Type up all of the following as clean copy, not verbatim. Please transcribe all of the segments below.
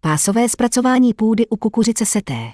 Pásové zpracování půdy u kukuřice seté.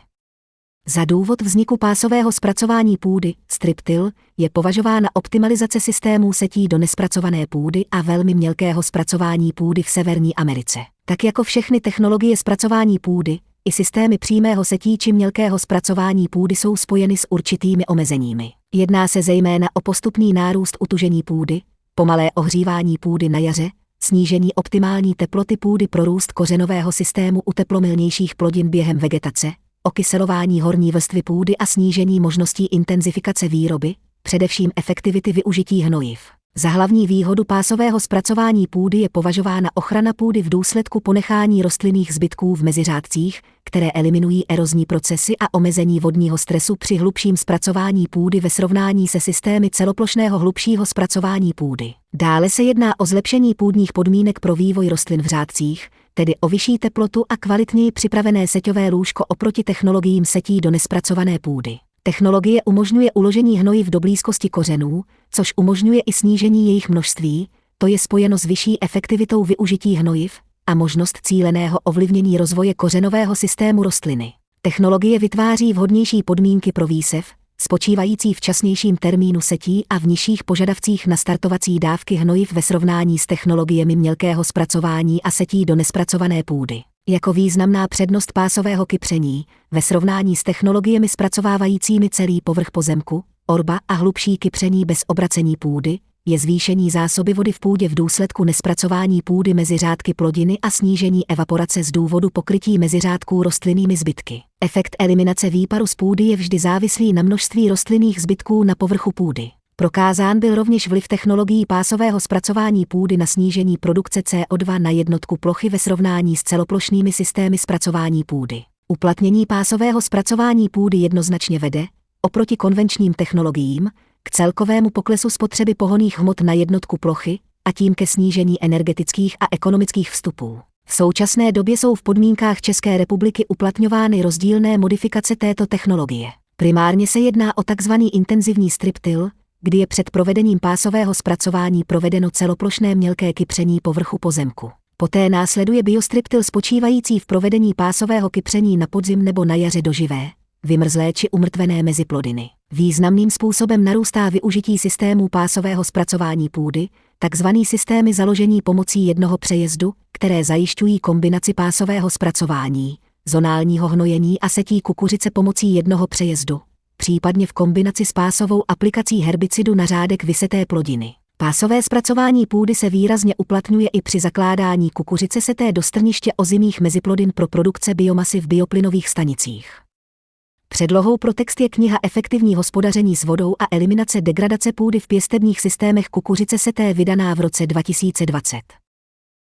Za důvod vzniku pásového zpracování půdy, striptill, je považována optimalizace systémů setí do nespracované půdy a velmi mělkého zpracování půdy v Severní Americe. Tak jako všechny technologie zpracování půdy, i systémy přímého setí či mělkého zpracování půdy jsou spojeny s určitými omezeními. Jedná se zejména o postupný nárůst utužení půdy, pomalé ohřívání půdy na jaře, snížení optimální teploty půdy pro růst kořenového systému u teplomilnějších plodin během vegetace, okyselování horní vrstvy půdy a snížení možností intenzifikace výroby, především efektivity využití hnojiv. Za hlavní výhodu pásového zpracování půdy je považována ochrana půdy v důsledku ponechání rostlinných zbytků v meziřádcích, které eliminují erozní procesy a omezení vodního stresu při hlubším zpracování půdy ve srovnání se systémy celoplošného hlubšího zpracování půdy. Dále se jedná o zlepšení půdních podmínek pro vývoj rostlin v řádcích, tedy o vyšší teplotu a kvalitněji připravené seťové lůžko oproti technologiím setí do nespracované půdy. Technologie umožňuje uložení hnojiv do blízkosti kořenů, což umožňuje i snížení jejich množství, to je spojeno s vyšší efektivitou využití hnojiv a možnost cíleného ovlivnění rozvoje kořenového systému rostliny. Technologie vytváří vhodnější podmínky pro výsev, spočívající v časnějším termínu setí a v nižších požadavcích na startovací dávky hnojiv ve srovnání s technologiemi mělkého zpracování a setí do nespracované půdy. Jako významná přednost pásového kypření, ve srovnání s technologiemi zpracovávajícími celý povrch pozemku, orba a hlubší kypření bez obracení půdy, je zvýšení zásoby vody v půdě v důsledku nespracování půdy mezi řádky plodiny a snížení evaporace z důvodu pokrytí meziřádků rostlinnými zbytky. Efekt eliminace výparu z půdy je vždy závislý na množství rostlinných zbytků na povrchu půdy. Prokázán byl rovněž vliv technologií pásového zpracování půdy na snížení produkce CO2 na jednotku plochy ve srovnání s celoplošnými systémy zpracování půdy. Uplatnění pásového zpracování půdy jednoznačně vede, oproti konvenčním technologiím, k celkovému poklesu spotřeby pohonných hmot na jednotku plochy a tím ke snížení energetických a ekonomických vstupů. V současné době jsou v podmínkách České republiky uplatňovány rozdílné modifikace této technologie. Primárně se jedná o tzv. Intenzivní striptill, kdy je před provedením pásového zpracování provedeno celoplošné mělké kypření povrchu pozemku. Poté následuje biostriptill spočívající v provedení pásového kypření na podzim nebo na jaře do živé, vymrzlé či umrtvené meziplodiny. Významným způsobem narůstá využití systémů pásového zpracování půdy, takzvaný systémy založení pomocí jednoho přejezdu, které zajišťují kombinaci pásového zpracování, zonálního hnojení a setí kukuřice pomocí jednoho přejezdu, případně v kombinaci s pásovou aplikací herbicidu na řádek vyseté plodiny. Pásové zpracování půdy se výrazně uplatňuje i při zakládání kukuřice seté do strniště ozimých meziplodin pro produkce biomasy v bioplynových stanicích. Předlohou pro text je kniha Efektivní hospodaření s vodou a eliminace degradace půdy v pěstebních systémech kukuřice seté vydaná v roce 2020.